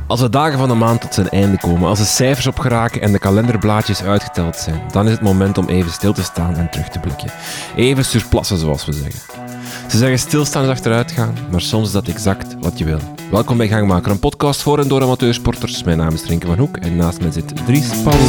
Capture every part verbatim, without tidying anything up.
Als de dagen van de maand tot zijn einde komen, als de cijfers opgeraken en de kalenderblaadjes uitgeteld zijn, dan is het moment om even stil te staan en terug te blikken. Even surplassen, zoals we zeggen. Ze zeggen stilstaan is achteruit gaan, maar soms is dat exact wat je wil. Welkom bij Gangmaker, een podcast voor en door amateursporters. Mijn naam is Renke van Hoek en naast mij zit Dries Pauw.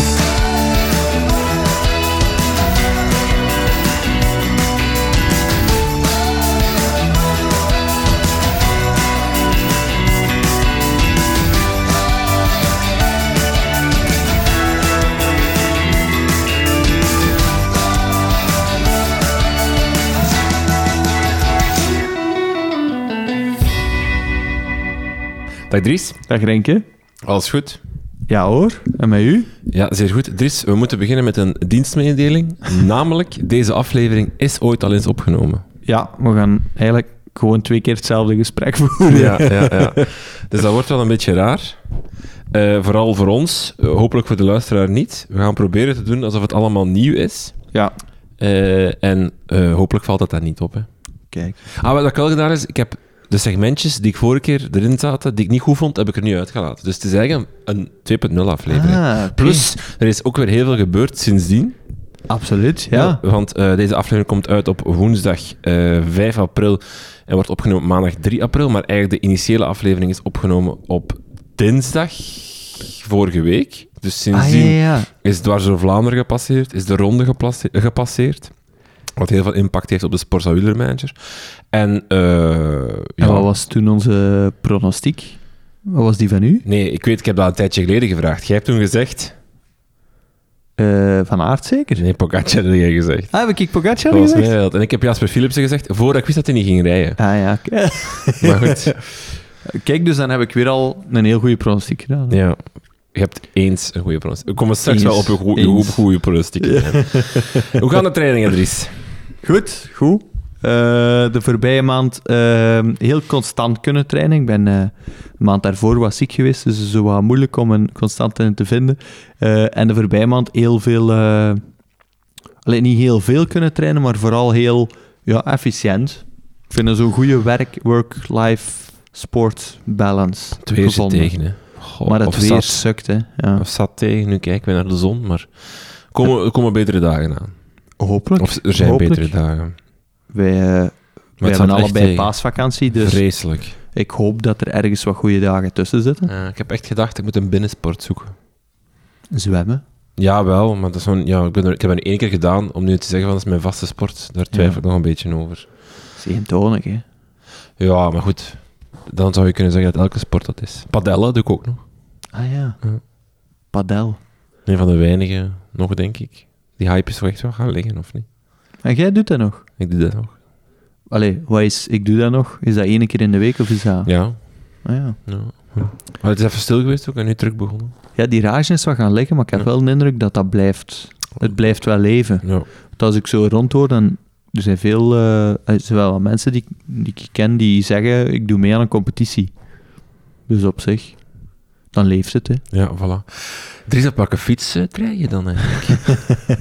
Dag Dries. Dag Renke. Alles goed? Ja hoor, en met u? Ja, zeer goed. Dries, we moeten beginnen met een dienstmededeling. Namelijk, deze aflevering is ooit al eens opgenomen. Ja, we gaan eigenlijk gewoon twee keer hetzelfde gesprek voeren. Ja, ja, ja. Dus dat wordt wel een beetje raar. Uh, vooral voor ons, uh, hopelijk voor de luisteraar niet. We gaan proberen te doen alsof het allemaal nieuw is. Ja. Uh, en uh, hopelijk valt dat daar niet op. Hè. Kijk. Ah, wat ik wel gedaan is, ik heb de segmentjes die ik vorige keer erin zaten, die ik niet goed vond, heb ik er nu uitgelaten. Dus het is eigenlijk een twee punt nul aflevering. Ah, okay. Plus, er is ook weer heel veel gebeurd sindsdien. Absoluut, ja. ja want uh, deze aflevering komt uit op woensdag uh, vijf april en wordt opgenomen op maandag drie april, maar eigenlijk de initiële aflevering is opgenomen op dinsdag vorige week. Dus sindsdien ah, ja, ja. is Dwars door Vlaanderen gepasseerd, is de ronde geplace- gepasseerd. Wat heel veel impact heeft op de Sporza Wielermanager. En, uh, ja. en wat was toen onze pronostiek? Wat was die van u? Nee, ik weet, ik heb dat een tijdje geleden gevraagd. Jij hebt toen gezegd... Uh, van Aert zeker? Nee, Pogacar had jij gezegd. Ah, heb ik Pogacar dat gezegd? Was en ik heb Jasper Philipsen gezegd, voordat ik wist dat hij niet ging rijden. Ah ja, okay. Maar goed. Kijk, dus dan heb ik weer al een heel goede pronostiek gedaan. Hè? Ja. Je hebt eens een goede pronostiek. We komen straks eens, wel op een goede, goede pronostiek. Ja. Hoe gaan de trainingen, Dries? Goed, goed. Uh, de voorbije maand uh, heel constant kunnen trainen. Ik ben uh, de maand daarvoor was ziek geweest, dus het is zo wat moeilijk om een constante te vinden. Uh, en de voorbije maand heel veel... Uh, alleen niet heel veel kunnen trainen, maar vooral heel ja, efficiënt. Ik vind het zo'n goede werk, work-life, sport balance. Het weer zit tegen, hè. Goh, maar het weer sukt, hè. Ja. Of zat tegen, nu kijken we naar de zon, maar komen, er komen betere dagen aan. Hopelijk. Of er zijn Hopelijk. betere dagen. Wij, uh, wij hebben allebei paasvakantie, dus vreselijk. Ik hoop dat er ergens wat goede dagen tussen zitten. Uh, ik heb echt gedacht, ik moet een binnensport zoeken. Zwemmen? Ja, wel, maar dat is zo'n, ja, ik, ben er, ik heb het één keer gedaan om nu te zeggen van dat is mijn vaste sport. Daar twijfel ik ja. nog een beetje over. Dat is eentonig, hè? Ja, maar goed. Dan zou je kunnen zeggen dat elke sport dat is. Padellen doe ik ook nog. Ah ja, ja. padel. Een van de weinige nog, denk ik. Die hype is toch echt wel gaan liggen, of niet? En jij doet dat nog? Ik doe dat nog. Allee, wat is ik doe dat nog? Is dat één keer in de week of is dat... Ja. Ah ja. ja. Maar het is even stil geweest ook en nu terug begonnen. Ja, die rage is wat gaan liggen, maar ik heb ja. wel de indruk dat dat blijft... Het blijft wel leven. Ja. Want als ik zo rondhoor, dan... Er zijn veel... Uh, er zijn wel wat mensen die, die ik ken die zeggen, ik doe mee aan een competitie. Dus op zich... Dan leeft het, hè. Ja, voilà. Dries, op welke fiets uh, rij je dan eigenlijk?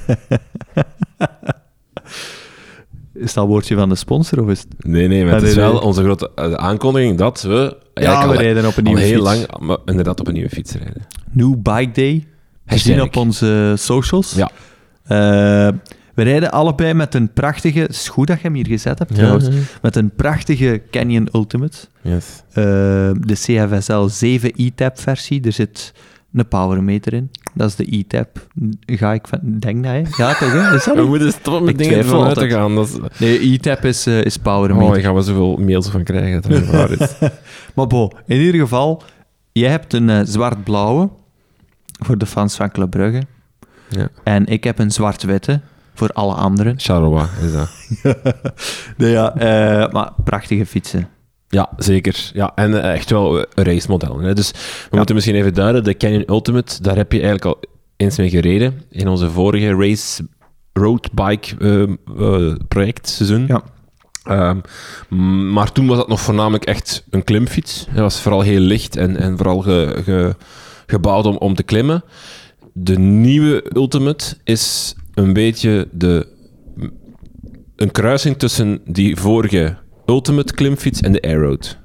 Is dat woordje van de sponsor, of is het... Nee, nee, maar het is wel onze grote uh, aankondiging dat we... Ja, we al, rijden op een nieuwe al heel fiets. lang maar inderdaad op een nieuwe fiets rijden. New Bike Day. Gezien op onze socials. Ja. Uh, we rijden allebei met een prachtige... Het is goed dat je hem hier gezet hebt, trouwens. Ja, ja. Met een prachtige Canyon Ultimate. Yes. Uh, de C F S L zeven E-Tab versie. Er zit een powermeter in. Dat is de E-Tab. Ga ik van... Denk dat, hè? Ja, toch, hè? Is dat we moeten stoppen met dingen ervan uit te gaan. Dat is... Nee, E-Tab is, uh, is powermeter. Oh, daar gaan we zoveel mails van krijgen. Dat het waar is. Maar bon, in ieder geval... Jij hebt een uh, zwart-blauwe voor de fans van Club Brugge. Ja. En ik heb een zwart-witte voor alle anderen. Charleroi is dat. nee, ja, uh, maar prachtige fietsen. Ja, zeker. Ja, en uh, echt wel uh, racemodellen. Hè. Dus we ja. moeten misschien even duiden, de Canyon Ultimate, daar heb je eigenlijk al eens mee gereden in onze vorige race roadbike uh, uh, projectseizoen. Ja. Um, maar toen was dat nog voornamelijk echt een klimfiets. Het was vooral heel licht en, en vooral ge, ge, gebouwd om, om te klimmen. De nieuwe Ultimate is een beetje de, een kruising tussen die vorige Ultimate klimfiets en de Aeroad.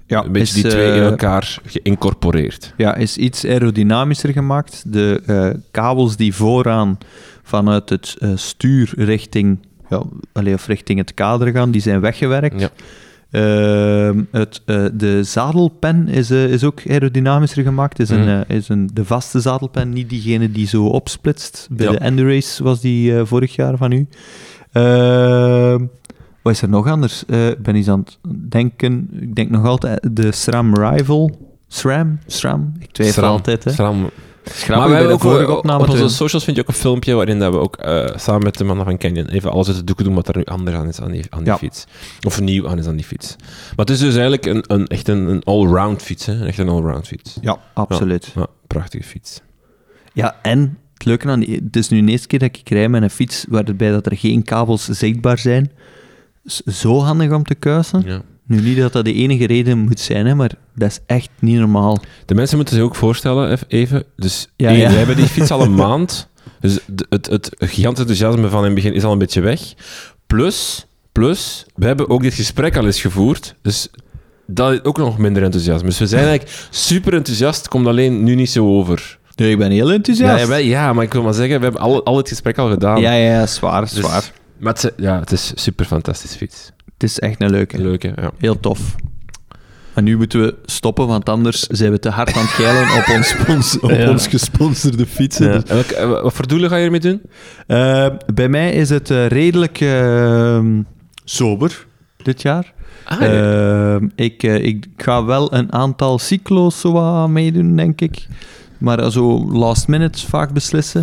Ja, een beetje is, die twee in uh, elkaar geïncorporeerd. Ja, is iets aerodynamischer gemaakt. De uh, kabels die vooraan vanuit het uh, stuur richting, ja, allez, of richting het kader gaan, die zijn weggewerkt. Ja. Uh, het, uh, de zadelpen is, uh, is ook aerodynamischer gemaakt. Is, mm. een, uh, is een, de vaste zadelpen, niet diegene die zo opsplitst. Bij ja. de Endurace was die uh, vorig jaar van u. Uh, wat is er nog anders? Uh, ik ben eens aan het denken. Ik denk nog altijd de SRAM Rival. SRAM? SRAM? Ik twijfel SRAM. altijd. Hè. SRAM. Schrappig maar we hebben ook vorige opname op onze toen. socials vind je ook een filmpje waarin dat we ook uh, samen met de mannen van Canyon even alles uit de doeken doen wat er nu anders aan is aan die, aan die ja. fiets. Of nieuw aan is aan die fiets. Maar het is dus eigenlijk een, een, echt een, een all-round fiets. Hè? Echt een all-round fiets. Ja, absoluut. Ja, ja, prachtige fiets. Ja, en het leuke aan die... Het is nu de eerste keer dat ik rij met een fiets waarbij dat er geen kabels zichtbaar zijn. Zo handig om te kuisen. Ja. Nu niet dat dat de enige reden moet zijn, hè, maar dat is echt niet normaal. De mensen moeten zich ook voorstellen, even. Dus ja, één, ja. wij hebben die fiets al een maand. Dus het, het, het gigantische enthousiasme van in het begin is al een beetje weg. Plus, plus, we hebben ook dit gesprek al eens gevoerd. Dus dat is ook nog minder enthousiasme. Dus we zijn eigenlijk super enthousiast, komt alleen nu niet zo over. Nee, ik ben heel enthousiast. Ja, wij, ja, maar ik wil maar zeggen, we hebben al, al het gesprek al gedaan. Ja, ja, zwaar, dus, zwaar. Maar het, ja, het is super fantastisch fiets. Het is echt een leuke. Leuke, ja. Heel tof. En nu moeten we stoppen, want anders zijn we te hard aan het geilen op ons, spons- op ja. ons gesponsorde fietsen. Ja. En welke, wat voor doelen ga je ermee doen? Uh, bij mij is het uh, redelijk uh, sober dit jaar. Ah, ja. uh, ik, uh, ik ga wel een aantal cyclo's zo wat meedoen, denk ik. Maar zo last minute vaak beslissen.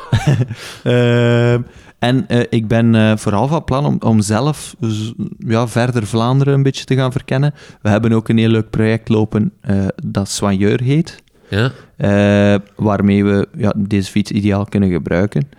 uh, En uh, ik ben uh, vooral van plan om, om zelf z- ja, verder Vlaanderen een beetje te gaan verkennen. We hebben ook een heel leuk project lopen uh, dat Soigneur heet. Ja. Uh, waarmee we ja, deze fiets ideaal kunnen gebruiken.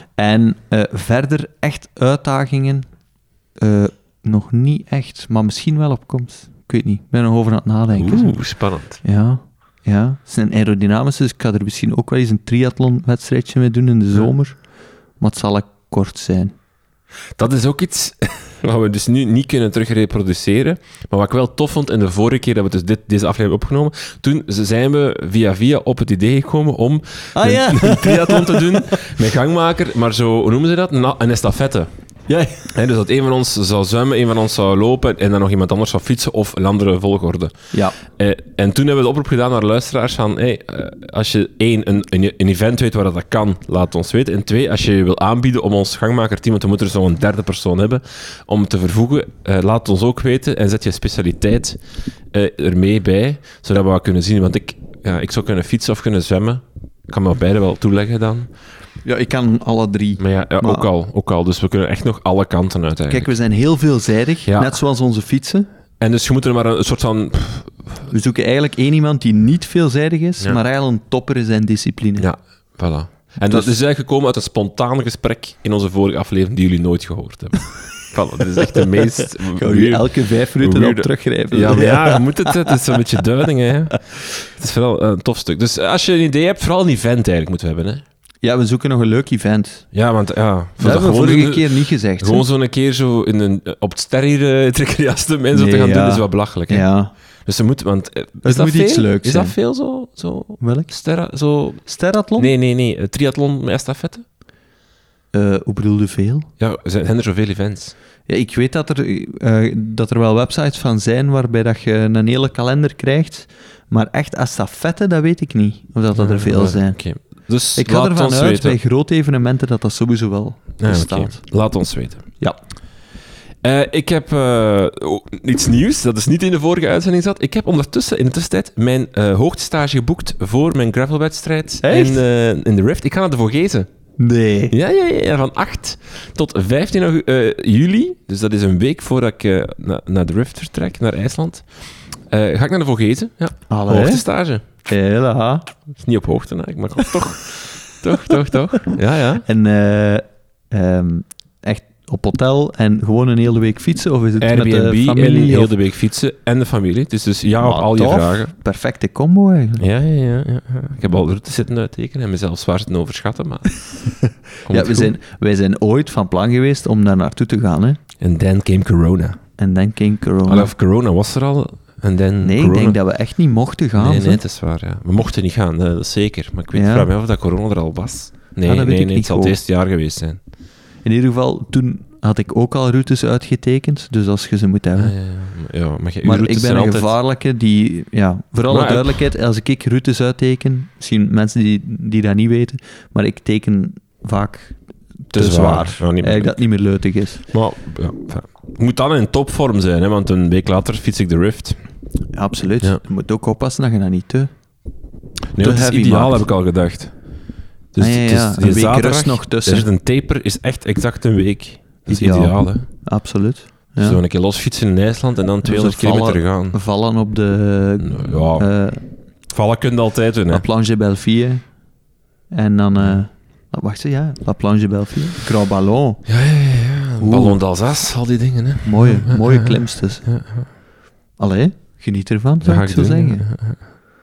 En uh, verder echt uitdagingen uh, nog niet echt, maar misschien wel op komst. Ik weet niet, ik ben er nog over aan het nadenken. Oeh, spannend. Ja, ja, het zijn aerodynamische, dus ik ga er misschien ook wel eens een triathlon-wedstrijdje mee doen in de zomer. Maar het zal ik kort zijn. Dat is ook iets wat we dus nu niet kunnen terugreproduceren, maar wat ik wel tof vond in de vorige keer dat we dus dit, deze aflevering hebben opgenomen, toen zijn we via via op het idee gekomen om ah, een, ja. een triathlon te doen met gangmaker, maar zo, hoe noemen ze dat? Een, een estafette. Ja. He, dus dat een van ons zou zwemmen, een van ons zou lopen en dan nog iemand anders zou fietsen of een andere volgorde. Ja. Eh, en toen hebben we de oproep gedaan naar luisteraars van hey, uh, als je één, een, een, een event weet waar dat, dat kan, laat het ons weten. En twee, als je je wil aanbieden om ons gangmakerteam, want we moeten er zo'n derde persoon hebben, om te vervoegen, uh, laat het ons ook weten en zet je specialiteit uh, ermee bij, zodat we wat kunnen zien. Want ik, ja, ik zou kunnen fietsen of kunnen zwemmen. Ik kan me op beide wel toeleggen dan. Ja, ik kan alle drie. Maar ja, ja maar... Ook, al, ook al. Dus we kunnen echt nog alle kanten uit eigenlijk. Kijk, we zijn heel veelzijdig, ja. Net zoals onze fietsen. En dus je moet er maar een, een soort van... We zoeken eigenlijk één iemand die niet veelzijdig is, ja. maar eigenlijk een topper in zijn discipline. Ja, voilà. En dus... dat is eigenlijk gekomen uit een spontaan gesprek in onze vorige aflevering die jullie nooit gehoord hebben. Voilà, dat is echt de meest... Gaan we elke vijf minuten op teruggrijpen. Ja, maar ja, je moet het, het is een beetje duiding, hè. Het is vooral een tof stuk. Dus als je een idee hebt, vooral een event eigenlijk moeten we hebben, hè. Ja, we zoeken nog een leuk event. Ja, want ja... Dat hebben we vorige de, keer niet gezegd. Gewoon zo'n keer zo in een, op het ster hier uh, trekken en zo nee, te gaan ja. doen, is wel belachelijk, hè. Ja. Dus ze moeten, want... Uh, is dat moet veel? Iets leuks Is zijn. dat veel zo? zo Welk? Sterra, zo... Sterrathlon? Nee, nee, nee. Triathlon met estafette? Uh, hoe bedoel je veel? Ja, zijn er zoveel events? Ja, ik weet dat er, uh, dat er wel websites van zijn waarbij dat je een hele kalender krijgt, maar echt estafette, dat weet ik niet. Of dat, dat er veel zijn. Okay. Dus ik ga ervan uit, weten. bij grote evenementen, dat dat sowieso wel bestaat. Ja, okay. Laat ons weten. Ja. Uh, ik heb uh, oh, iets nieuws, dat is niet in de vorige uitzending zat. Ik heb ondertussen, in de tussentijd, mijn uh, hoogtestage geboekt voor mijn gravelwedstrijd in, uh, in de Rift. Ik ga naar de Vogezen. Nee. Ja, ja, ja, van acht tot vijftien uh, juli, dus dat is een week voordat ik uh, na, naar de Rift vertrek, naar IJsland, uh, ga ik naar de Vogezen. Ja, Allee. Hoogtestage. Hela. Dat is niet op hoogte, hè, maar toch, toch, toch, toch. Ja, ja. En uh, um, echt op hotel en gewoon een hele week fietsen? Of is het Airbnb met de familie? En heel of... de week fietsen en de familie. Dus, dus ja, op maar al je tof. vragen. Perfecte combo eigenlijk. Ja, ja, ja, ja. Ik heb al routes zitten uittekenen en mezelf zwaar zitten overschatten, maar... ja, we zijn, wij zijn ooit van plan geweest om daar naartoe te gaan, hè. En dan came corona. En dan came corona. Allee, of corona was er al... En dan Nee, corona. ik denk dat we echt niet mochten gaan. Nee, zo. nee, het is waar, ja. We mochten niet gaan, dat is zeker. Maar ik weet, Ja. vraag me af of dat corona er al was. Nee, Ah, dat weet nee, ik nee, niet het zal het goed. eerste jaar geweest zijn. In ieder geval, toen had ik ook al routes uitgetekend, dus als je ze moet hebben. Ja, ja, ja. ja maar je, Maar routes ik ben zijn een altijd... gevaarlijke die... Ja, voor alle Maar- duidelijkheid, als ik routes uitteken, misschien mensen die, die dat niet weten, maar ik teken vaak te, Te zwaar. zwaar. Ja, niet Eigenlijk dat het niet meer leutig is. Maar ja, enfin, het moet dan in topvorm zijn, hè, want een week later fiets ik de Rift. Ja, absoluut. Ja. Je moet ook oppassen dat je dat niet te... Nee, dat is heavy ideaal, maakt. heb ik al gedacht. Dus, Ah, ja, dus ja. die Een week zaterdag, rust nog tussen. Er zit een taper, is echt exact een week. Dat is Ideaal. ideaal, hè. Absoluut. Ja. Zo een keer losfietsen in IJsland en dan tweehonderd vallen- kilometer gaan. Vallen op de... Nou, ja, eh vallen kun je altijd doen, hè. La Planche Belleville. En dan... eh wacht eens, ja. La Planche Belleville. Grand Ballon. Ja, ja, ja. ja. Oeh. Ballon d'Alsace, al die dingen, hè. Mooie, Ja, mooie ja, klimstes. ja, ja. Allee, geniet ervan, Dat zou ga ik ik zo doen, zeggen. ja, ja.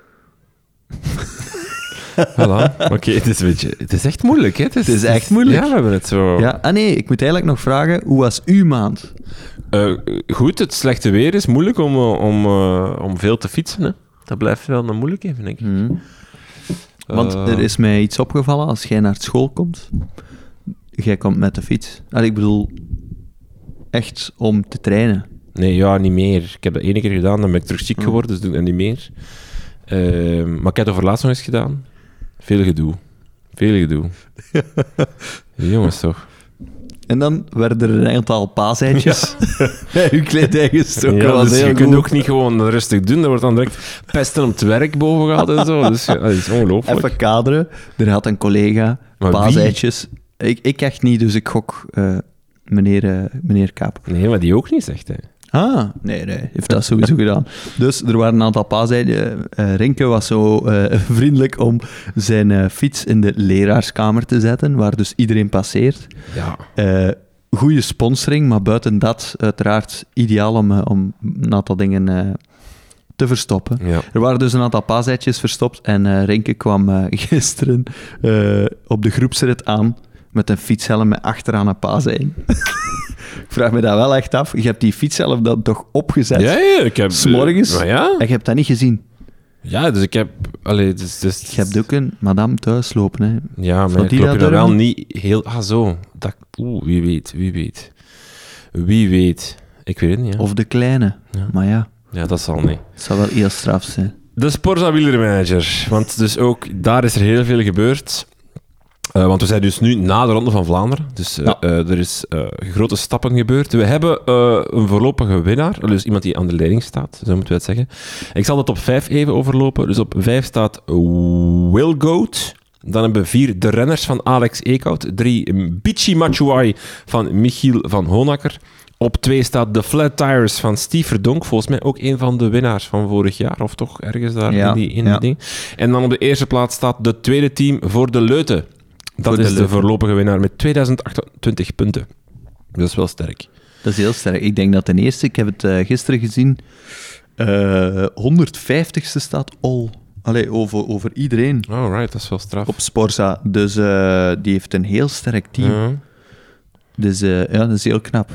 Voilà. Oké, het is een beetje... Het is echt moeilijk, hè. Het is, Het is echt moeilijk. Ja, we hebben het zo... Ja, ah nee, ik moet eigenlijk nog vragen, hoe was uw maand? Eh, goed, het slechte weer is moeilijk om, eh, om, eh, om veel te fietsen, hè. Dat blijft wel een moeilijke, vind ik. Want Eh, er is mij iets opgevallen, als jij naar school komt, jij komt met de fiets. Allee, ik bedoel, echt om te trainen. Nee, ja, niet meer. Ik heb dat ene keer gedaan, dan ben ik terug ziek Oh. geworden, dus doe ik dat niet meer. Eh, maar ik heb het over laatst nog eens gedaan. Veel gedoe. Veel gedoe. Jongens, toch. En dan werden er een aantal paaseitjes bij uw kledij gestoken. Ja, was dus heel je kunt goed. ook niet gewoon rustig doen. Er wordt dan direct pesten op het werk boven gehaald en zo. Dus ja, dat is ongelooflijk. Even kaderen. Er had een collega Maar wie? paaseitjes. Ik, ik echt niet, dus ik gok eh, meneer, eh, meneer Kaap. Nee, maar die ook niet, zegt hij. Ah, nee, nee, heeft dat sowieso gedaan. Dus er waren een aantal paaseitjes. Uh, Rinke was zo eh, vriendelijk om zijn eh, fiets in de leraarskamer te zetten, waar dus iedereen passeert. Ja. Uh, goede sponsoring, maar buiten dat uiteraard ideaal om, uh, om een aantal dingen uh, te verstoppen. Ja. Er waren dus een aantal paaseitjes verstopt en uh, Rinke kwam uh, gisteren uh, op de groepsrit aan met een fietshelm met achteraan een paasei. Ik vraag me dat wel echt af. Je hebt die fietshelm dan toch opgezet? Ja, ja, ik heb... 's morgens? Maar ja. En je hebt dat niet gezien. Ja, dus ik heb... Allee, dus, dus, Je hebt ook een madame thuis lopen, hè. Ja, maar Zou ik die loop dat er wel durven? niet heel... Ah, zo. Dat... Oeh, wie weet, wie weet. Wie weet. Ik weet het niet, ja. Of de kleine. Ja. Maar ja, Ja, dat zal niet. het zou wel heel straf zijn. De Sporza wielermanager. Want dus ook daar is er heel veel gebeurd. Uh, want we zijn dus nu na de Ronde van Vlaanderen. Dus uh, Ja. uh, er is uh, grote stappen gebeurd. We hebben uh, een voorlopige winnaar. Dus iemand die aan de leiding staat, zo moeten we het zeggen. Ik zal de top vijf even overlopen. Dus op vijf staat Will Goat. Dan hebben we vier de renners van Alex Eekhout. Drie Bichi Machuai van Michiel van Honacker. Op twee staat de Flat Tires van Steve Verdonk. Volgens mij ook een van de winnaars van vorig jaar. Of toch ergens daar Ja, in die, in ja. die ding. En dan op de eerste plaats staat de tweede team voor de Leute. Dat Voor de is de, Leute. voorlopige winnaar met tweeduizend achtentwintig punten. Dat is wel sterk. Dat is heel sterk. Ik denk dat ten eerste, ik heb het uh, gisteren gezien, uh, honderdvijftigste staat al. Allee, over, over iedereen Alright, dat is wel straf. op Sporza. Dus uh, die heeft een heel sterk team. Ja. Dus uh, ja, dat is heel knap.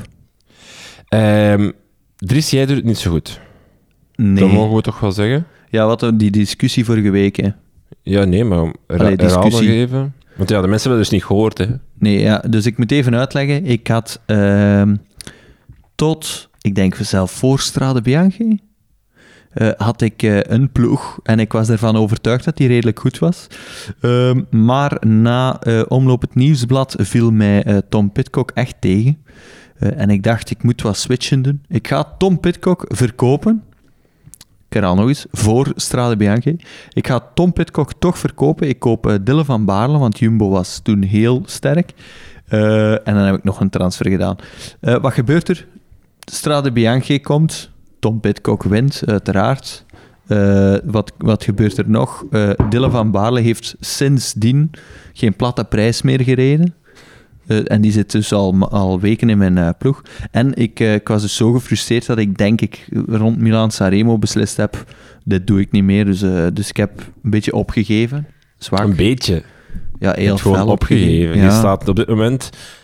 Ehm, Dries, jij doet het niet zo goed. Nee. Dat mogen we toch wel zeggen? Ja, wat die discussie vorige week, hè. Ja, nee, maar ra- Allee, herhaal nog discussie. even. Want ja, de mensen hebben het dus niet gehoord, hè. Nee, ja, dus ik moet even uitleggen. Ik had uh, tot, ik denk zelf voor Strade Bianchi, uh, had ik uh, een ploeg en ik was ervan overtuigd dat die redelijk goed was. Uh, maar na uh, Omloop het Nieuwsblad viel mij uh, Tom Pidcock echt tegen. Uh, en ik dacht, ik moet wat switchen doen. Ik ga Tom Pidcock verkopen. Ik herhaal nog eens, voor Strade Bianchi. Ik ga Tom Pidcock toch verkopen. Ik koop uh, Dylan van Baarle, want Jumbo was toen heel sterk. Uh, en dan heb ik nog een transfer gedaan. Uh, wat gebeurt er? Strade Bianchi komt. Tom Pidcock wint, uiteraard. Uh, wat, wat gebeurt er nog? Uh, Dylan van Baarle heeft sindsdien geen platte prijs meer gereden. Uh, en die zit dus al, al weken in mijn uh, ploeg. En ik, uh, ik was dus zo gefrustreerd dat ik denk ik rond Milaan-Sanremo beslist heb, dit doe ik niet meer. Dus, uh, dus ik heb een beetje opgegeven. Zwak. Een beetje. Ja, Je heel hebt gewoon fel opgegeven. Ja. Je staat op dit moment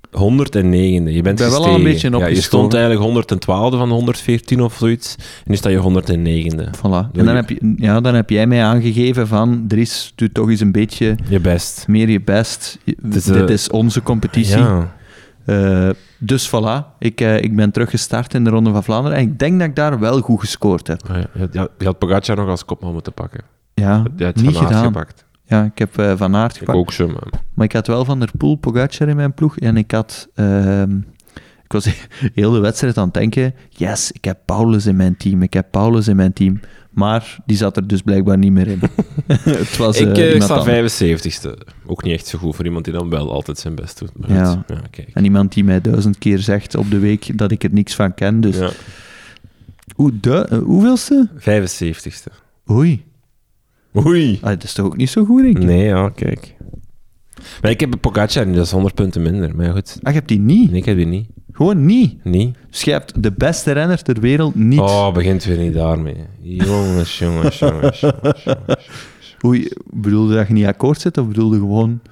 honderdnegende. Je bent Ik ben wel gestegen. al een beetje ja, je opgeschoven. stond eigenlijk honderdtwaalfde van honderdveertien of zoiets. En nu sta je honderdnegende. Voilà. En dan heb, je, ja, dan heb jij mij aangegeven van, Dries, doe toch eens een beetje Je best. meer je best. Je- is, Dit eh, is onze competitie. Ja. Uh, dus voilà, ik, uh, ik ben teruggestart in de Ronde van Vlaanderen en ik denk dat ik daar wel goed gescoord heb. Ja, je had- je had Pogacar nog als kopman moeten pakken. Ja, Je had niet Van Aert gedaan. gepakt. Ja, ik heb uh, Van Aert Ik gepakt. ook zo, man. Maar ik had wel Van der Poel, Pogacar in mijn ploeg. En ik had... Uh, ik was heel de wedstrijd aan het denken... Yes, ik heb Paulus in mijn team. Ik heb Paulus in mijn team. Maar die zat er dus blijkbaar niet meer in. Het was, Ik uh, uh, iemand sta anders. vijfenzeventigste. Ook niet echt zo goed voor iemand die dan wel altijd zijn best doet. Maar Ja. goed. Ja, kijk. En iemand die mij duizend keer zegt op de week dat ik er niks van ken. Dus Ja. Hoe, de, uh, hoeveelste? vijfenzeventigste. Oei. Oei. Ah, dat is toch ook niet zo goed, denk ik? Nee, ja, kijk. Maar ik heb een Pogacar en dat is honderd punten minder. Maar ja, goed. Ah, je hebt die niet? Nee, ik heb die niet. Gewoon niet? Niet. Dus je hebt de beste renner ter wereld niet? Oh, begint weer niet daarmee. Jongens, jongens, jongens, jongens, jongens. Oei, bedoelde dat je niet akkoord zit of bedoelde gewoon...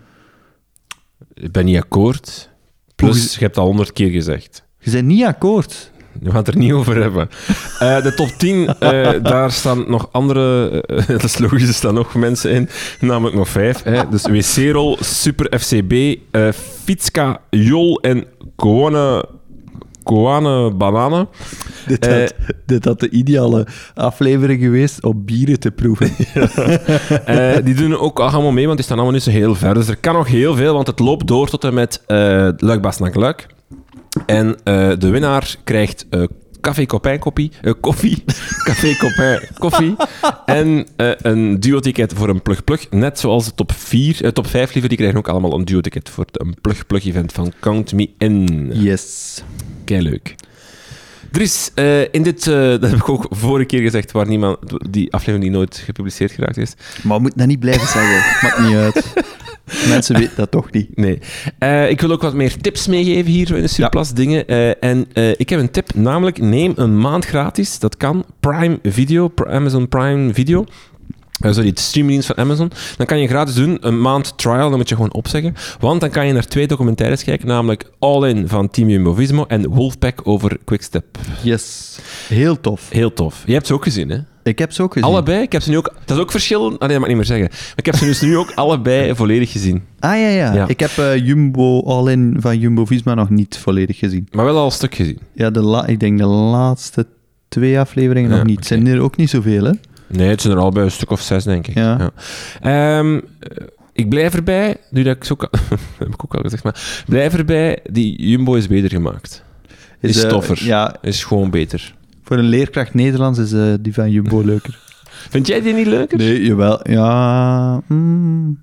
Ik ben niet akkoord. Plus, Hoe- je hebt al honderd keer gezegd. Je bent niet akkoord. We gaan het er niet over hebben. Eh, de top tien, eh, daar staan nog andere... eh, dat is logisch, er staan nog mensen in. Namelijk nog vijf. Hè. Dus W C-rol, Super F C B, eh Fietska, Jol en Koane... Koane Banane. Dit Eh, had, dit had de ideale aflevering geweest om bieren te proeven. Eh, die doen ook allemaal mee, want die staan allemaal niet zo heel ver. Dus er kan nog heel veel, want het loopt door tot en met uh, Luik-Bastenaken-Luik. En uh, de winnaar krijgt uh, Café Copain koppie, uh, koffie, Café Copain koffie en uh, een duo-ticket voor een plug-plug. Net zoals de top vier, uh, top vijf liever, die krijgen ook allemaal een duo-ticket voor een plug-plug-event van Count Me In. Yes. Kei leuk. Dries, uh, in dit, uh, dat heb ik ook vorige keer gezegd, waar niemand, die aflevering die nooit gepubliceerd geraakt is. Maar we moeten dat niet blijven zeggen. Maakt niet uit. Mensen weten dat toch niet. Nee. Uh, ik wil ook wat meer tips meegeven hier in de Surplus dingen. Uh, en uh, ik heb een tip, namelijk neem een maand gratis. Dat kan. Prime Video, Amazon Prime Video. Uh, sorry, het streamingdienst van Amazon. Dan kan je gratis doen, een maand trial, dan moet je gewoon opzeggen. Want dan kan je naar twee documentaires kijken, namelijk All In van Team Jumbo-Visma en Wolfpack over Quickstep. Yes. Heel tof. Heel tof. Je hebt ze ook gezien, hè? Ik heb ze ook gezien. Allebei. Ik heb ze nu ook... Dat is ook verschil... Ah, nee, dat mag ik niet meer zeggen. Maar ik heb ze dus nu ook allebei volledig gezien. Ah ja, ja. Ja. Ik heb uh, Jumbo All-In van Jumbo-Visma nog niet volledig gezien. Maar wel al een stuk gezien. Ja, de la- ik denk de laatste twee afleveringen Ja, nog niet. oké. Zijn er ook niet zoveel, hè? Nee, het zijn er allebei een stuk of zes, denk ik. Ja. Ja. Um, ik blijf erbij, nu dat ik zo kan, heb ik ook al gezegd, maar blijf erbij, die Jumbo is beter gemaakt. Is, is eh, toffer. Ja, Is gewoon beter. voor een leerkracht Nederlands is uh, die van Jumbo leuker. Vind jij die niet leuker? Nee, jawel. Ja... Mm.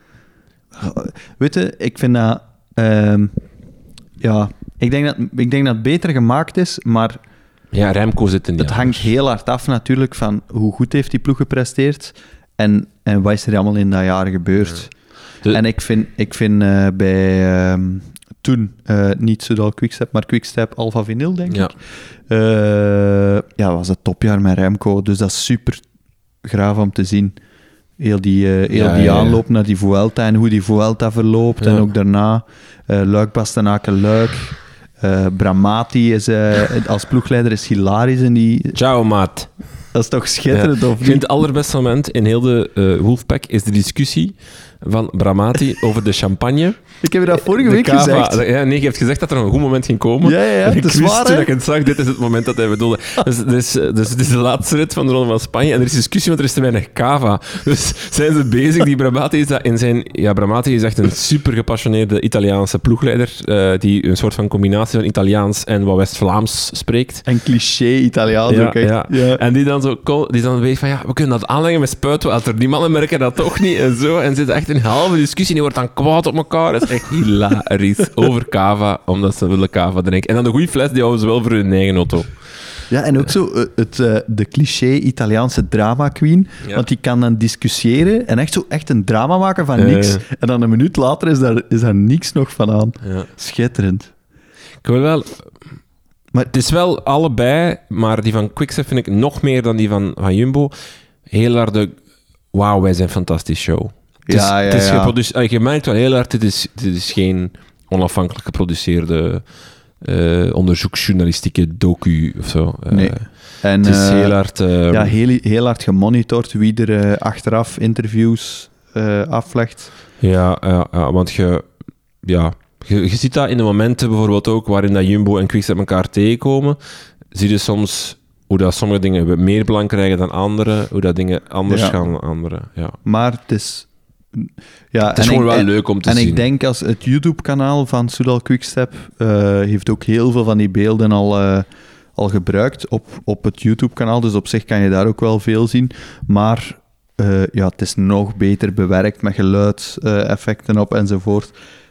Weet je, ik vind dat... Um, ja, ik denk dat, ik denk dat het beter gemaakt is, maar... Ja, Remco zit in die Het hangt heel hard af natuurlijk van hoe goed heeft die ploeg gepresteerd en, en wat is er allemaal in dat jaar gebeurd. Ja. De... En ik vind, ik vind uh, bij um, toen, uh, niet Soudal Quickstep, maar Quickstep Alpha Vinyl, denk ja. ik. Uh, ja, was het topjaar met Remco, dus dat is super graaf om te zien. Heel die, uh, heel ja, die ja, ja. aanloop naar die Vuelta en hoe die Vuelta verloopt. Ja. En ook daarna uh, Luik-Bastenaken-Luik. Uh, Bramati is, uh, als ploegleider is hilarisch. En die... Ciao, maat. Dat is toch schitterend, Ja. of Ik niet? vind het allerbeste moment in heel de uh, Wolfpack is de discussie van Bramati over de champagne. Ik heb je dat vorige De week Cava, gezegd. Ja, nee, je hebt gezegd dat er nog een goed moment ging komen. Ja, ja, ja. En ik Het is wist waar, toen hè? ik het zag, dit is het moment dat hij bedoelde. Dus, dus, dus het is de laatste rit van de Ronde van Spanje en er is discussie, want er is te weinig cava. Dus zijn ze bezig, die Bramati is dat in zijn... Ja, Bramati is echt een super gepassioneerde Italiaanse ploegleider, uh, die een soort van combinatie van Italiaans en wat West-Vlaams spreekt. En cliché Italiaans Ja, ook echt. ja. Ja. En die dan zo die dan weet van ja, we kunnen dat aanleggen met spuitwater. Die mannen merken dat toch niet en zo. En zitten echt in een halve discussie en die wordt dan kwaad op elkaar. Dat is echt hilarisch. Over cava, omdat ze willen cava drinken. En dan de goede fles, die houden ze wel voor hun eigen auto. Ja, en ook zo uh, het, uh, de cliché Italiaanse drama queen. Ja. Want die kan dan discussiëren en echt zo echt een drama maken van Uh. niks. En dan een minuut later is daar, is daar niks nog van aan. Ja. Schitterend. Ik wil wel... Maar het is wel allebei, maar die van Quickstep vind ik nog meer dan die van, van Jumbo. Heel hard de... Wauw, wij zijn fantastisch show. Het is, Ja, ja, het is ja. geproduceerd... Je merkt wel heel hard, dit is, dit is geen onafhankelijk geproduceerde uh, onderzoeksjournalistieke docu of zo. Uh, nee. En, het is uh, heel hard... Uh, ja, heel, heel hard gemonitord wie er uh, achteraf interviews uh, aflegt. Ja, ja, ja, want je... Ja, je, je ziet dat in de momenten bijvoorbeeld ook waarin dat Jumbo en Quickstep elkaar tegenkomen. Zie je soms hoe dat sommige dingen meer belang krijgen dan andere, hoe dat dingen anders ja. gaan dan andere. Ja. Maar het is... Ja, het is en gewoon ik, wel en, leuk om te en zien. En ik denk als het YouTube-kanaal van Soudal Quickstep uh, heeft ook heel veel van die beelden al, uh, al gebruikt op, op het YouTube-kanaal. Dus op zich kan je daar ook wel veel zien. Maar uh, ja, het is nog beter bewerkt met geluidseffecten uh, op enzovoort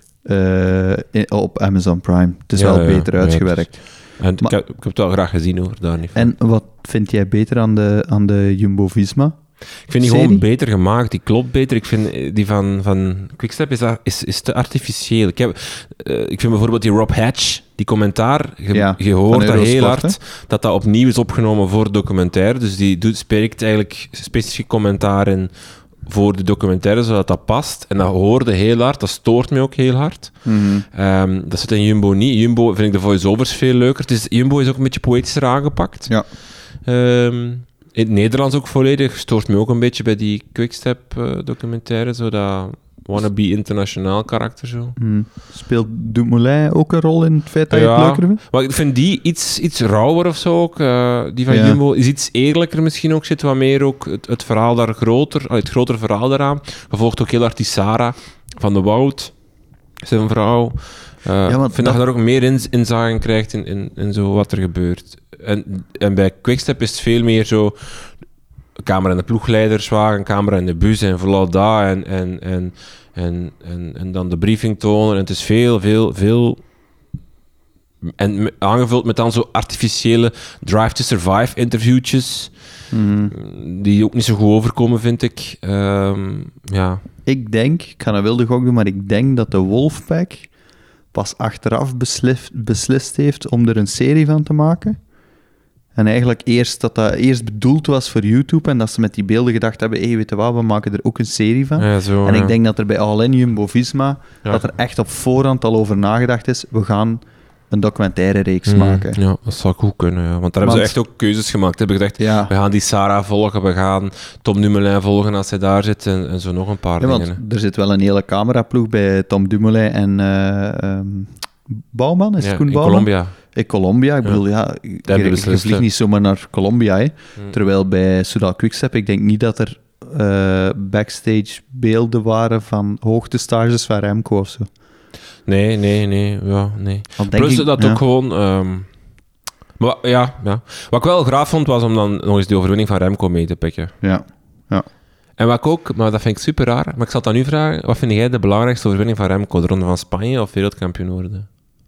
uh, in, op Amazon Prime. Het is ja, wel ja, beter ja, uitgewerkt. En maar, ik, heb, ik heb het wel graag gezien hoor, daar niet van. En wat vind jij beter aan de, aan de Jumbo-Visma? Ik vind die serie? gewoon beter gemaakt, die klopt beter. Ik vind die van, van Quickstep is, is, is te artificieel. Ik, heb, uh, ik vind bijvoorbeeld die Rob Hatch, die commentaar, je, ja, je hoort dat heel hard, hè? dat dat opnieuw is opgenomen voor het documentaire. Dus die doet, spreekt eigenlijk specifiek commentaar in voor de documentaire, zodat dat past. En dat hoorde heel hard, dat stoort me ook heel hard. Mm-hmm. Um, dat zit in Jumbo niet. Jumbo vind ik de voice-overs veel leuker. Het is, Jumbo is ook een beetje poëtischer aangepakt. Ja. Um, in het Nederlands ook volledig. Stoort me ook een beetje bij die Quickstep-documentaire, uh, zo dat wannabe internationaal karakter zo. Hmm. Speelt Dumoulin ook een rol in het feit dat je ja, het leuker vindt? Maar ik vind die iets, iets rauwer of zo ook. Uh, die van ja. Jumbo is iets eerlijker misschien ook. Zit wat meer ook het, het verhaal daar groter, het grotere verhaal daaraan. Gevolgd ook heel hard die Sarah van de Wout, zijn vrouw. Uh, ja, ik vind dat... dat je daar ook meer in, inzage krijgt in, in, in zo wat er gebeurt. En, en bij Quickstep is het veel meer zo... Camera in de ploegleiderswagen, camera in de bus en vooral dat. En, en, en, en, en, en dan de briefing tonen. En het is veel, veel, veel... En aangevuld met dan zo artificiële Drive to Survive interviewtjes. Mm-hmm. Die ook niet zo goed overkomen, vind ik. Um, ja. Ik denk, ik ga een wilde gok doen, maar ik denk dat de Wolfpack pas achteraf beslist, beslist heeft om er een serie van te maken. En eigenlijk eerst dat dat eerst bedoeld was voor YouTube en dat ze met die beelden gedacht hebben, hé, hey, weet je wat, we maken er ook een serie van. Ja, zo, en ja. ik denk dat er bij All In Jumbo-Visma, ja. dat er echt op voorhand al over nagedacht is, we gaan een documentaire reeks mm, maken. Ja, dat zou goed kunnen, ja. Want daar hebben Want, ze echt ook keuzes gemaakt. Ze hebben gezegd, ja. we gaan die Sarah volgen, we gaan Tom Dumoulin volgen als hij daar zit en, en zo nog een paar ja, dingen. Want er zit wel een hele cameraploeg bij Tom Dumoulin en uh, um, Bouwman, is het ja, Koen in Bouwman? Colombia. In Colombia, ik bedoel, ja, ja je, je, je vliegt niet zomaar naar Colombia, hè. Hmm. Terwijl bij Soudal Quickstep, ik denk niet dat er uh, backstage beelden waren van hoogtestages van Remco of zo. Nee, nee, nee, ja, nee. Plus ik, dat ja. ook gewoon... Um, maar, ja, ja. Wat ik wel graag vond, was om dan nog eens de overwinning van Remco mee te pikken. Ja, ja. En wat ik ook, maar dat vind ik super raar, maar ik zal het aan u vragen, wat vind jij de belangrijkste overwinning van Remco? De Ronde van Spanje of wereldkampioen worden?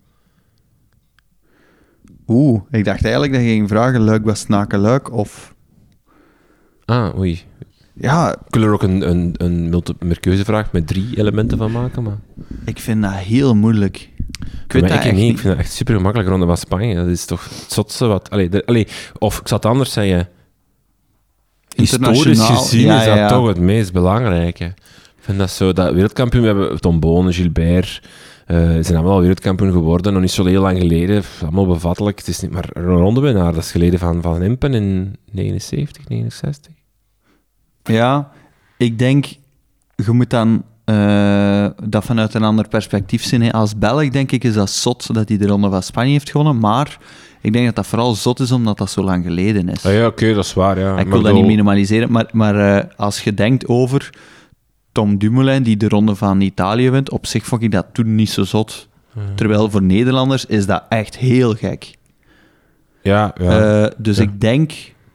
Oeh, ik dacht eigenlijk dat je ging vragen Luik Bastenaken-Luik of... Ah, oei. Ja. Ik wil er ook een, een, een multiple-keuzevraag met drie elementen van maken, maar... Ik vind dat heel moeilijk. Ik weet dat dat ik echt niet. niet. Ik vind dat echt super gemakkelijk, Ronde van Spanje. Dat is toch het zotste wat... Allee, de, allee, of ik zal het anders zeggen. Historisch gezien ja, is dat ja, ja. toch het meest belangrijke. Ik vind dat zo... Dat wereldkampioen, we hebben Tom Bonen, Gilbert... Uh, ze zijn allemaal wereldkampioen geworden, nog niet zo heel lang geleden. Allemaal bevattelijk. Het is niet maar een rondewinnaar. Dat is geleden van Van Impen in negenenzeventig, negenenzestig. Ja, ik denk, je moet dan uh, dat vanuit een ander perspectief zien. Hè. Als Belg denk ik is dat zot dat hij de Ronde van Spanje heeft gewonnen, maar ik denk dat dat vooral zot is omdat dat zo lang geleden is. Ah, ja, oké, okay, dat is waar. Ja. Ik wil dat niet minimaliseren, maar, maar uh, als je denkt over Tom Dumoulin die de Ronde van Italië wint, op zich vond ik dat toen niet zo zot. Hmm. Terwijl voor Nederlanders is dat echt heel gek. Ja, ja. Uh, dus ja. ik denk...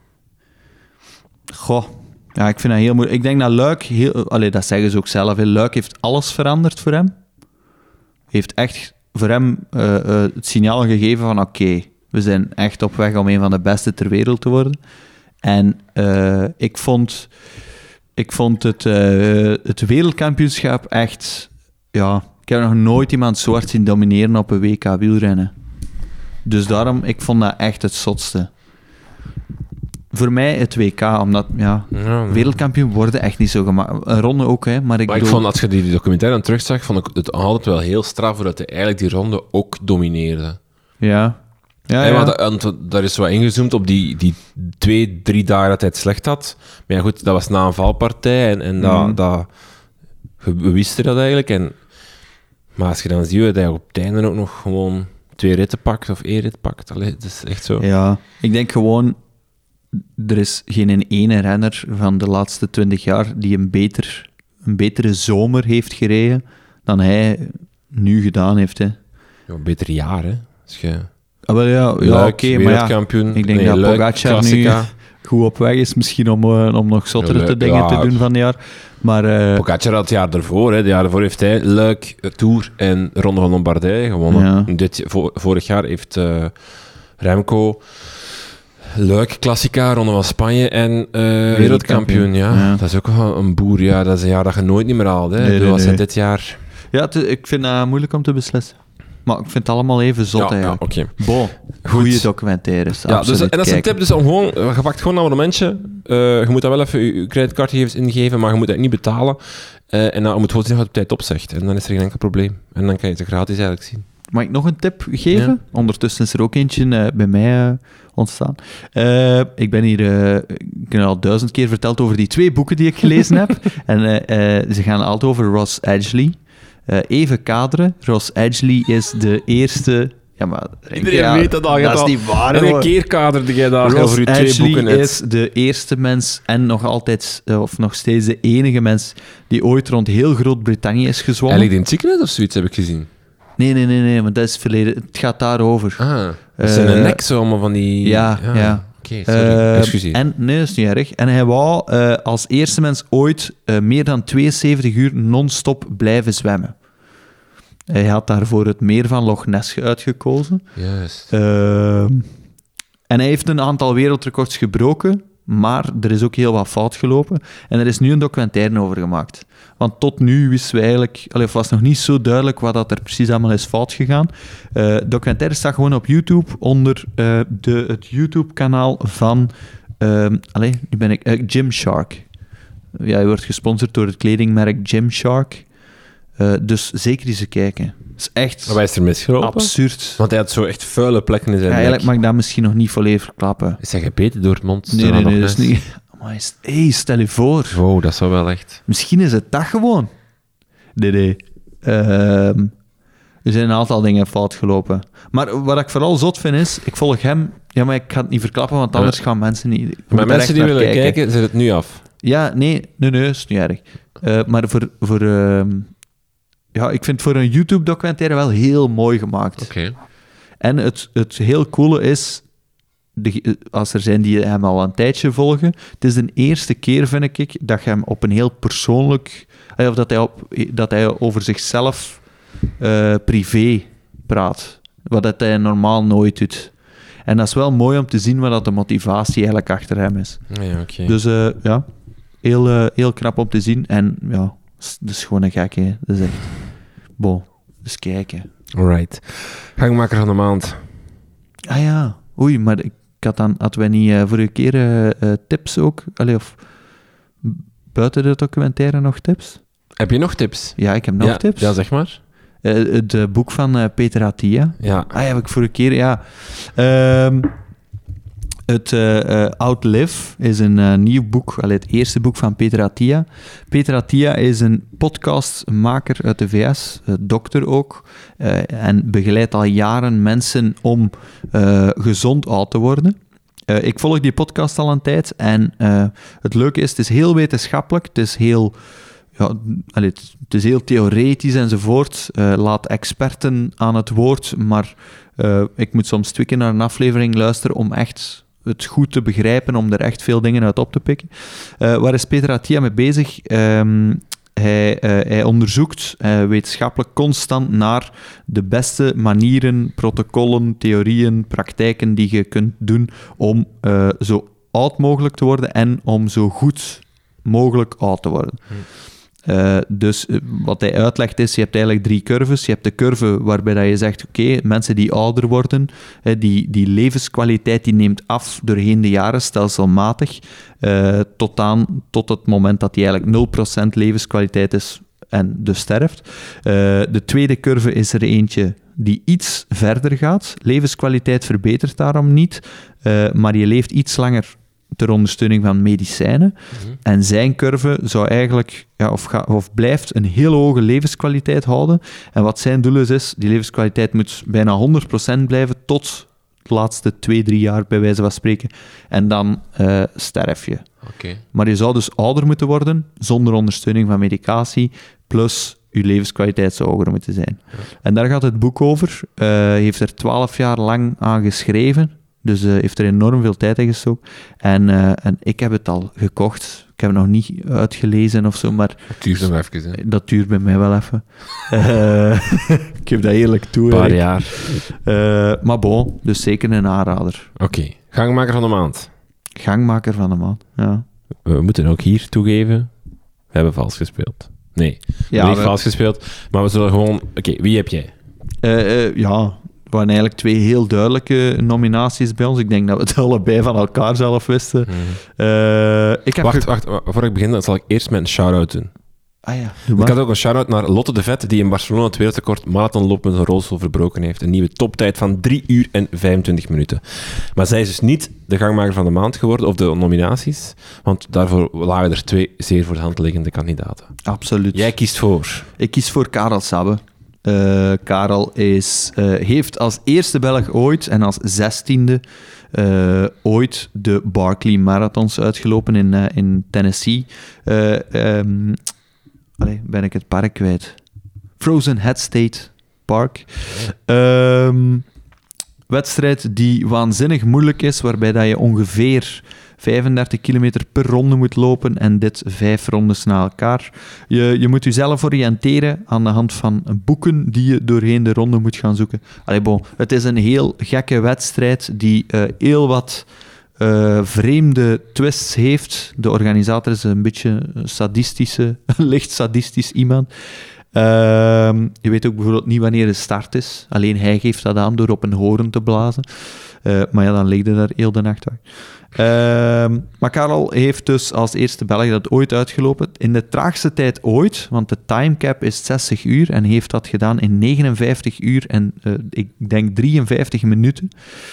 Goh... Ja, ik vind dat heel moeilijk. Ik denk dat Luik... Heel, allee, dat zeggen ze ook zelf. Hè. Luik heeft alles veranderd voor hem. Heeft echt voor hem uh, uh, het signaal gegeven van oké, okay, we zijn echt op weg om een van de beste ter wereld te worden. En uh, ik vond... Ik vond het, uh, het wereldkampioenschap echt... Ja, ik heb nog nooit iemand zo hard zien domineren op een W K wielrennen. Dus daarom, ik vond dat echt het zotste. voor mij het W K, omdat ja, Ja, wereldkampioen worden echt niet zo gemaakt. Een ronde ook, hè, maar ik Maar ik bedoel... vond, als je die documentaire dan terugzag, vond ik het altijd wel heel straf dat hij eigenlijk die ronde ook domineerde. Ja. Ja, Hey, ja. want, want daar is wat ingezoomd op die, die twee, drie dagen dat hij het slecht had. Maar ja, goed, dat was na een valpartij en, en dat, Mhm. dat, we wisten dat eigenlijk. En, maar als je dan ziet dat hij op het einde ook nog gewoon twee ritten pakt of één rit pakt, allee, het is echt zo. Ja, ik denk gewoon... Er is geen ene renner van de laatste twintig jaar die een, beter, een betere zomer heeft gereden dan hij nu gedaan heeft. Hè. Ja, beter jaar, hè. Als je Ah, wel, ja, ja Luik, oké, maar ja, wereldkampioen, ik denk nee, dat Luik, Pogacar Klassica. nu goed op weg is, misschien om, uh, om nog zottere Ja, te dingen ja. te doen van het jaar. Maar uh, Pogacar had het jaar ervoor, hè. Het jaar ervoor heeft hij Luik, Tour en Ronde van Lombardije gewonnen. Ja. Dit, vo- vorig jaar heeft uh, Remco Luik, Klassica, Ronde van Spanje en uh, wereldkampioen. Ja. Ja. Dat is ook wel een boer. Ja. Dat is een jaar dat je nooit niet meer haalt. Hè. Nee, Ik bedoel, nee, als hij nee. dit jaar... ja, het, ik vind het moeilijk om te beslissen. Maar ik vind het allemaal even zot Ja, ja eigenlijk. oké. Bon, goede documentaires, Ja, dus, absoluut en dat is een kijken. tip, dus om gewoon, je pakt gewoon een abonnementje. Uh, je moet daar wel even je, je creditcardgegevens ingeven, maar je moet dat niet betalen. Uh, en dan je moet gewoon zien wat je op tijd opzegt. En dan is er geen enkel probleem. En dan kan je het gratis eigenlijk zien. Mag ik nog een tip geven? Ja. Ondertussen is er ook eentje uh, bij mij uh, ontstaan. Uh, ik ben hier uh, ik heb al duizend keer verteld over die twee boeken die ik gelezen heb. En uh, uh, ze gaan altijd over Ross Edgley. Uh, even kaderen. Ross Edgley is de eerste... Ja, maar... Iedereen ja, weet dat al. Dat is niet waar, En hoor. een keer kaderde jij daar Ross over je twee Edgley boeken net. is de eerste mens en nog altijd, of nog steeds de enige mens die ooit rond heel Groot-Brittannië is gezwommen. Hij ligt in het ziekenhuis of zoiets, heb ik gezien. Nee, nee, nee, nee, maar dat is verleden. Het gaat daarover. Ah, dat zijn Uh, een nek zo allemaal van die... Ja, ja. ja. Oké, okay, sorry. Uh, Excuseer. En, nee, dat is niet erg. En hij wou uh, als eerste mens ooit uh, meer dan tweeënzeventig uur non-stop blijven zwemmen. Hij had daarvoor het meer van Loch Ness uitgekozen. Juist. Uh, en hij heeft een aantal wereldrecords gebroken, maar er is ook heel wat fout gelopen. En er is nu een documentaire over gemaakt. Want tot nu wisten we eigenlijk... Allee, of was nog niet zo duidelijk wat dat er precies allemaal is fout gegaan. Uh, documentaire staat gewoon op YouTube onder uh, de, het YouTube-kanaal van... Uh, allee, nu ben ik... Uh, Gymshark. Ja, hij wordt gesponsord door het kledingmerk Gymshark. Uh, dus zeker eens kijken. Het is echt... Maar wij is er misgelopen? Absurd. Want hij had zo echt vuile plekken in zijn Ja, nek. eigenlijk mag ik dat misschien nog niet volledig verklappen. Is hij gebeten door het monster? Nee, nee, van nee, Loch dat is Ness? niet... Maar is... hey, stel je voor. Wow, dat zou wel echt... Misschien is het dat gewoon. Nee, nee. Uh, er zijn een aantal dingen fout gelopen. Maar wat ik vooral zot vind is, ik volg hem... Ja, maar ik ga het niet verklappen, want anders maar, gaan mensen niet... Maar mensen die willen kijken, kijken, zet het nu af. Ja, nee, nee, nee, is niet erg. Uh, maar voor... voor uh, ja, ik vind het voor een YouTube-documentaire wel heel mooi gemaakt. Oké. Okay. En het, het heel coole is... De, als er zijn die hem al een tijdje volgen, het is de eerste keer, vind ik, dat je hem op een heel persoonlijk... Of dat hij, op, dat hij over zichzelf uh, privé praat. Wat dat hij normaal nooit doet. En dat is wel mooi om te zien wat dat de motivatie eigenlijk achter hem is. Ja, okay. Dus uh, ja, heel, uh, heel knap om te zien. En ja, dat is gewoon een gek, hè. Dat is echt... Bon, dus kijken. Alright. Gangmaker van de maand. Ah ja, oei, maar ik had dan... Hadden wij niet uh, vorige keer uh, uh, tips ook? Allee, of buiten de documentaire nog tips? Heb je nog tips? Ja, ik heb nog ja, tips. Ja, zeg maar. Uh, het uh, boek van uh, Peter Attia. Ja. Ah, heb ik vorige keer, ja. Um, het uh, uh, Outlive is een uh, nieuw boek, allee, het eerste boek van Peter Attia. Peter Attia is een podcastmaker uit de V S, uh, dokter ook, uh, en begeleidt al jaren mensen om uh, gezond oud te worden. Uh, ik volg die podcast al een tijd en uh, het leuke is, het is heel wetenschappelijk, het is heel... Ja, allee, het is heel theoretisch enzovoort. Uh, laat experten aan het woord, maar uh, ik moet soms twee keer naar een aflevering luisteren om echt het goed te begrijpen, om er echt veel dingen uit op te pikken. Uh, waar is Peter Attia mee bezig? Um, hij, uh, hij onderzoekt uh, wetenschappelijk constant naar de beste manieren, protocollen, theorieën, praktijken die je kunt doen om uh, zo oud mogelijk te worden en om zo goed mogelijk oud te worden. Hmm. Uh, dus uh, wat hij uitlegt is, je hebt eigenlijk drie curves. Je hebt de curve waarbij dat je zegt, oké, okay, mensen die ouder worden, uh, die, die levenskwaliteit die neemt af doorheen de jaren stelselmatig, uh, tot, aan, tot het moment dat die eigenlijk nul procent levenskwaliteit is en dus sterft. Uh, de tweede curve is er eentje die iets verder gaat. Levenskwaliteit verbetert daarom niet, uh, maar je leeft iets langer ter ondersteuning van medicijnen. Mm-hmm. En zijn curve zou eigenlijk, ja, of, ga, of blijft een heel hoge levenskwaliteit houden. En wat zijn doel is, is, die levenskwaliteit moet bijna honderd procent blijven tot de laatste twee, drie jaar, bij wijze van spreken. En dan uh, sterf je. Okay. Maar je zou dus ouder moeten worden, zonder ondersteuning van medicatie, plus je levenskwaliteit zou hoger moeten zijn. Ja. En daar gaat het boek over. Hij uh, heeft er twaalf jaar lang aan geschreven. Dus uh, heeft er enorm veel tijd in gestoken. En, uh, en ik heb het al gekocht. Ik heb het nog niet uitgelezen of zo, maar... Dat duurt nog even, hè? Dat duurt bij mij wel even. uh, ik geef dat eerlijk toe. Een paar jaar. Uh, maar bon, dus zeker een aanrader. Oké. Okay. Gangmaker van de maand. Gangmaker van de maand, ja. We moeten ook hier toegeven, we hebben vals gespeeld. Nee, we ja, hebben niet we... vals gespeeld, maar we zullen gewoon... Oké, okay, wie heb jij? Uh, uh, ja... Er waren eigenlijk twee heel duidelijke nominaties bij ons. Ik denk dat we het allebei van elkaar zelf wisten. Mm. Uh, ik heb wacht, ge- wacht, voor ik begin, dan zal ik eerst met een shout-out doen. Ah ja. Ik had ook een shout-out naar Lotte de Vet, die in Barcelona het wereldrecord marathonloop met een rolstoel verbroken heeft. Een nieuwe toptijd van drie uur en vijfentwintig minuten. Maar zij is dus niet de gangmaker van de maand geworden, of de nominaties, want daarvoor lagen er twee zeer voor de hand liggende kandidaten. Absoluut. Jij kiest voor? Ik kies voor Karel Sabbe. Uh, Karel is, uh, heeft als eerste Belg ooit en als zestiende uh, ooit de Barkley Marathons uitgelopen in, uh, in Tennessee. Uh, um, allee, ben ik het park kwijt. Frozen Head State Park. Um, wedstrijd die waanzinnig moeilijk is, waarbij dat je ongeveer vijfendertig kilometer per ronde moet lopen en dit vijf rondes na elkaar. Je, je moet jezelf oriënteren aan de hand van boeken die je doorheen de ronde moet gaan zoeken. Allee, bon, het is een heel gekke wedstrijd die uh, heel wat uh, vreemde twists heeft. De organisator is een beetje sadistische, licht sadistisch iemand. Uh, je weet ook bijvoorbeeld niet wanneer de start is. Alleen hij geeft dat aan door op een horen te blazen. Uh, maar ja, dan ligt hij daar heel de nacht weg. Uh, maar Karel heeft dus als eerste Belg dat ooit uitgelopen. In de traagste tijd ooit, want de timecap is zestig uur en heeft dat gedaan in negenenvijftig uur en uh, ik denk drieënvijftig minuten.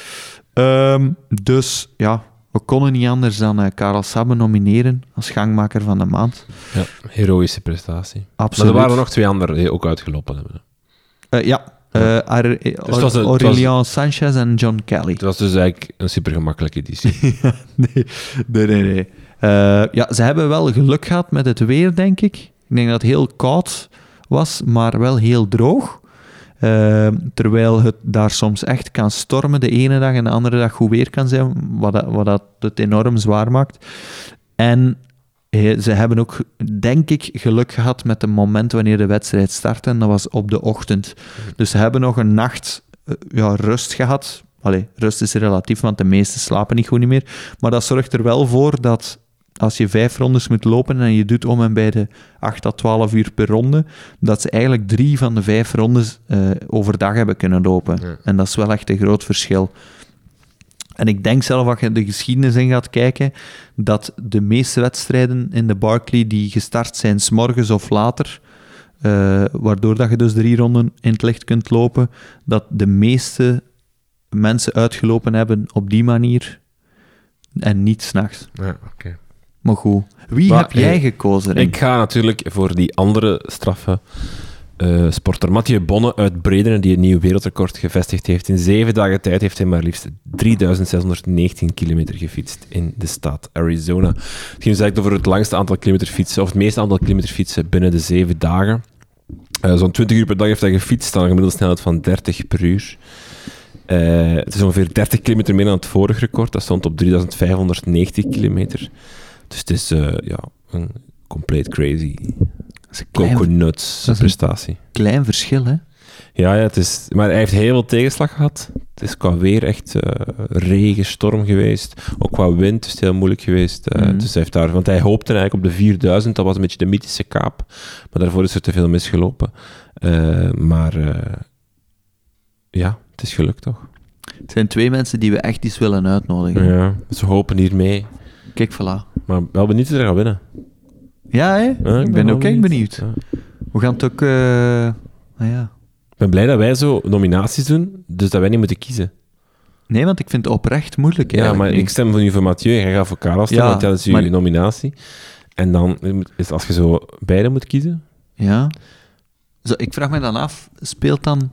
Uh, dus ja, we konden niet anders dan uh, Karel Sabbe nomineren als gangmaker van de maand. Ja, heroïsche prestatie. Absoluut. Maar er waren nog twee anderen die ook uitgelopen hebben. Uh, ja. Uh, Ar- dus een, Aurélien was, Sanchez en John Kelly. Het was dus eigenlijk een super gemakkelijke editie. nee, nee, nee. nee. Uh, ja, ze hebben wel geluk gehad met het weer, denk ik. Ik denk dat het heel koud was, maar wel heel droog. Uh, terwijl het daar soms echt kan stormen de ene dag en de andere dag goed weer kan zijn, wat dat, wat dat het enorm zwaar maakt. En ze hebben ook, denk ik, geluk gehad met het moment wanneer de wedstrijd startte. En dat was op de ochtend. Dus ze hebben nog een nacht ja, rust gehad. Allee, rust is relatief, want de meesten slapen niet goed niet meer. Maar dat zorgt er wel voor dat als je vijf rondes moet lopen en je doet om en bij de acht à twaalf uur per ronde, dat ze eigenlijk drie van de vijf rondes uh, overdag hebben kunnen lopen. Ja. En dat is wel echt een groot verschil. En ik denk zelf, als je de geschiedenis in gaat kijken, dat de meeste wedstrijden in de Barkley die gestart zijn 's morgens of later, uh, waardoor dat je dus drie ronden in het licht kunt lopen, dat de meeste mensen uitgelopen hebben op die manier en niet 's nachts. Ja, oké. Okay. Maar goed, wie maar, heb jij hey, gekozen? Ring? Ik ga natuurlijk voor die andere straffe uh, sporter Mathieu Bonne uit Bredene, die een nieuw wereldrecord gevestigd heeft. In zeven dagen tijd heeft hij maar liefst drieduizend zeshonderdnegentien kilometer gefietst in de staat Arizona. Het ging dus eigenlijk over het langste aantal kilometer fietsen, of het meeste aantal kilometer fietsen binnen de zeven dagen. Uh, zo'n twintig uur per dag heeft hij gefietst aan een gemiddelde snelheid van dertig per uur. Uh, het is ongeveer dertig kilometer meer dan het vorige record. Dat stond op drieduizend vijfhonderdnegentig kilometer. Dus het is uh, ja, een compleet crazy coconuts prestatie. Klein verschil, hè? Ja, ja, het is... Maar hij heeft heel veel tegenslag gehad. Het is qua weer echt uh, regen, storm geweest. Ook qua wind is het heel moeilijk geweest. Uh, Mm. Dus hij heeft daar... Want hij hoopte eigenlijk op de vierduizend. Dat was een beetje de mythische kaap. Maar daarvoor is er te veel misgelopen. Uh, maar... Uh, ja, het is gelukt toch? Het zijn twee mensen die we echt eens willen uitnodigen. Ja, ze hopen hiermee. Kijk, voilà. Maar wel benieuwd wie er gaat winnen. Ja, hè? Ja, ik ben ook echt benieuwd. Ja. We gaan het ook... Uh... Nou ja. Ik ben blij dat wij zo nominaties doen, dus dat wij niet moeten kiezen. Nee, want ik vind het oprecht moeilijk. Ja, maar nu. ik stem voor nu voor Mathieu, jij gaat voor Karel stemmen, Ja, want dat is maar- je nominatie. En dan, is als je zo beide moet kiezen... Ja. Zo, ik vraag me dan af, speelt dan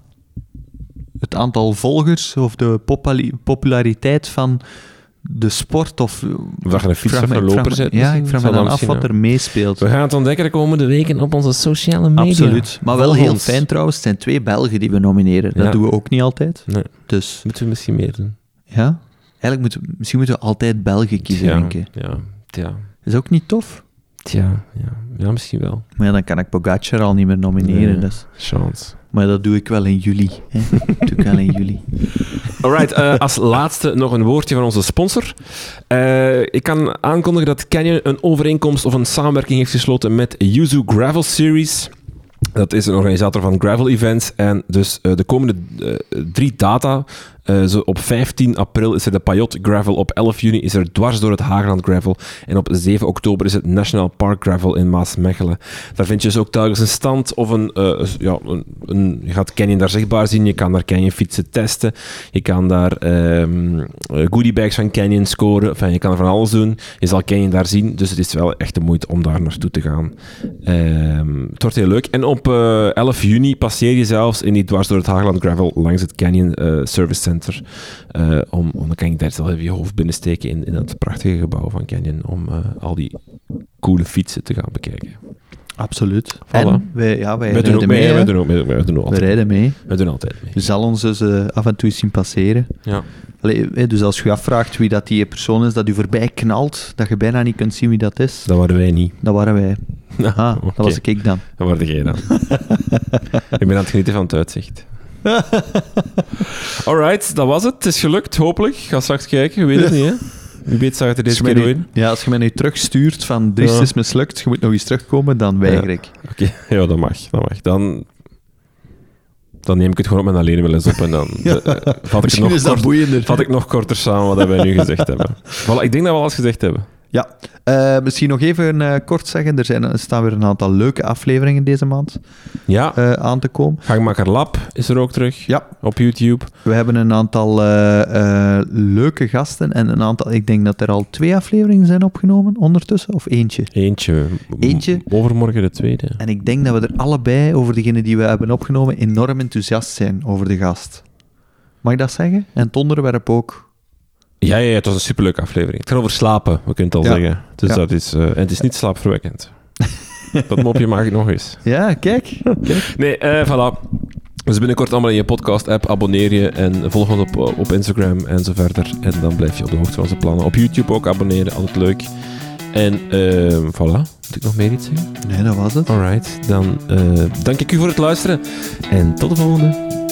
het aantal volgers of de populi- populariteit van de sport of... Of dat je een fiets vraag of me- een ik vraag loper me- zet. Ja, misschien. ik vraag me Zal dan dat af misschien, wat er meespeelt. ja. We gaan het ontdekken de komende weken op onze sociale media. Absoluut. Maar wel Volg heel ons. fijn trouwens, het zijn twee Belgen die we nomineren. Dat Ja. doen we ook niet altijd. Nee, Dus, moeten we misschien meer doen. ja. Eigenlijk moeten we, misschien moeten we altijd Belgen kiezen, ja, denk ik. ja, tja, Is ook niet tof? tja, ja. Ja, misschien wel. Maar ja, dan kan ik Pogacar al niet meer nomineren. Nee. Dus. Chance. Maar dat doe ik wel in juli. Hè. Dat doe ik wel in juli. Alright, uh, als laatste nog een woordje van onze sponsor. Uh, ik kan aankondigen dat Canyon een overeenkomst of een samenwerking heeft gesloten met Yuzu Gravel Series. Dat is een organisator van gravel events. En dus uh, de komende uh, drie data. Uh, zo op vijftien april is er de Payot Gravel. Op elf juni is er dwars door het Hageland Gravel. En op zeven oktober is het National Park Gravel in Maasmechelen. Daar vind je dus ook telkens een stand of een... Uh, ja, een, een je gaat Canyon daar zichtbaar zien. Je kan daar Canyon fietsen testen. Je kan daar um, goodiebags van Canyon scoren. Enfin, je kan er van alles doen. Je zal Canyon daar zien. Dus het is wel echt de moeite om daar naartoe te gaan. Um, het wordt heel leuk. En op uh, elf juni passeer je zelfs in die dwars door het Hageland Gravel langs het Canyon uh, Service Center. Uh, om, om, dan kan je daar zelf even je hoofd binnensteken in, in dat prachtige gebouw van Canyon om uh, al die coole fietsen te gaan bekijken. Absoluut. Voilà. En wij, ja, wij, Wij doen rijden ook mee. mee. hè. Wij doen ook mee. Wij doen ook We altijd, rijden mee. wij doen altijd mee. Je zal ons dus uh, af en toe zien passeren. Ja. Allee, hè, dus als je je afvraagt wie dat die persoon is dat u voorbij knalt, dat je bijna niet kunt zien wie dat is, Dat waren wij niet. dat waren wij. Ah, Oké. dat was ik dan. Dat waren jij dan. Ik ben aan het genieten van het uitzicht. Alright, dat was het. Het is gelukt, hopelijk. Ga straks kijken, je weet het niet, hè. Wie weet zag het er Als deze je keer mij in. nu- Ja, als je mij nu terugstuurt van Dries Ja. is mislukt, je moet nog eens terugkomen, dan weiger Ja. ik. Oké, okay. Ja, dat mag. Dat mag. Dan, dan neem ik het gewoon op mijn alleen wel eens op en dan Ja. uh, vat, ik Misschien nog is dat kort, boeiender. vat ik nog korter samen wat wij nu gezegd hebben. Voilà, ik denk dat we alles gezegd hebben. Ja, uh, misschien nog even uh, kort zeggen, er, zijn, er staan weer een aantal leuke afleveringen deze maand Ja, uh, aan te komen. Gangmaker Lab is er ook terug Ja. op YouTube. We hebben een aantal uh, uh, leuke gasten en een aantal, ik denk dat er al twee afleveringen zijn opgenomen ondertussen, of eentje. Eentje. Eentje. Overmorgen de tweede. En ik denk dat we er allebei, over degene die we hebben opgenomen, enorm enthousiast zijn over de gast. Mag ik dat zeggen? En het onderwerp ook. Ja, ja, ja, het was een superleuke aflevering. Het gaat over slapen, we kunnen het al Ja. zeggen. Dus Ja. dat is, uh, en het is niet slaapverwekkend. Dat mopje mag ik nog eens. Ja, kijk. kijk. Nee, uh, voilà. Dus binnenkort allemaal in je podcast-app. Abonneer je en volg ons op, op Instagram en zo verder. En dan blijf je op de hoogte van onze plannen. Op YouTube ook abonneren, altijd leuk. En uh, voilà. Moet ik nog meer iets zeggen? Nee, dat was het. Alright, dan uh, dank ik u voor het luisteren. En tot de volgende.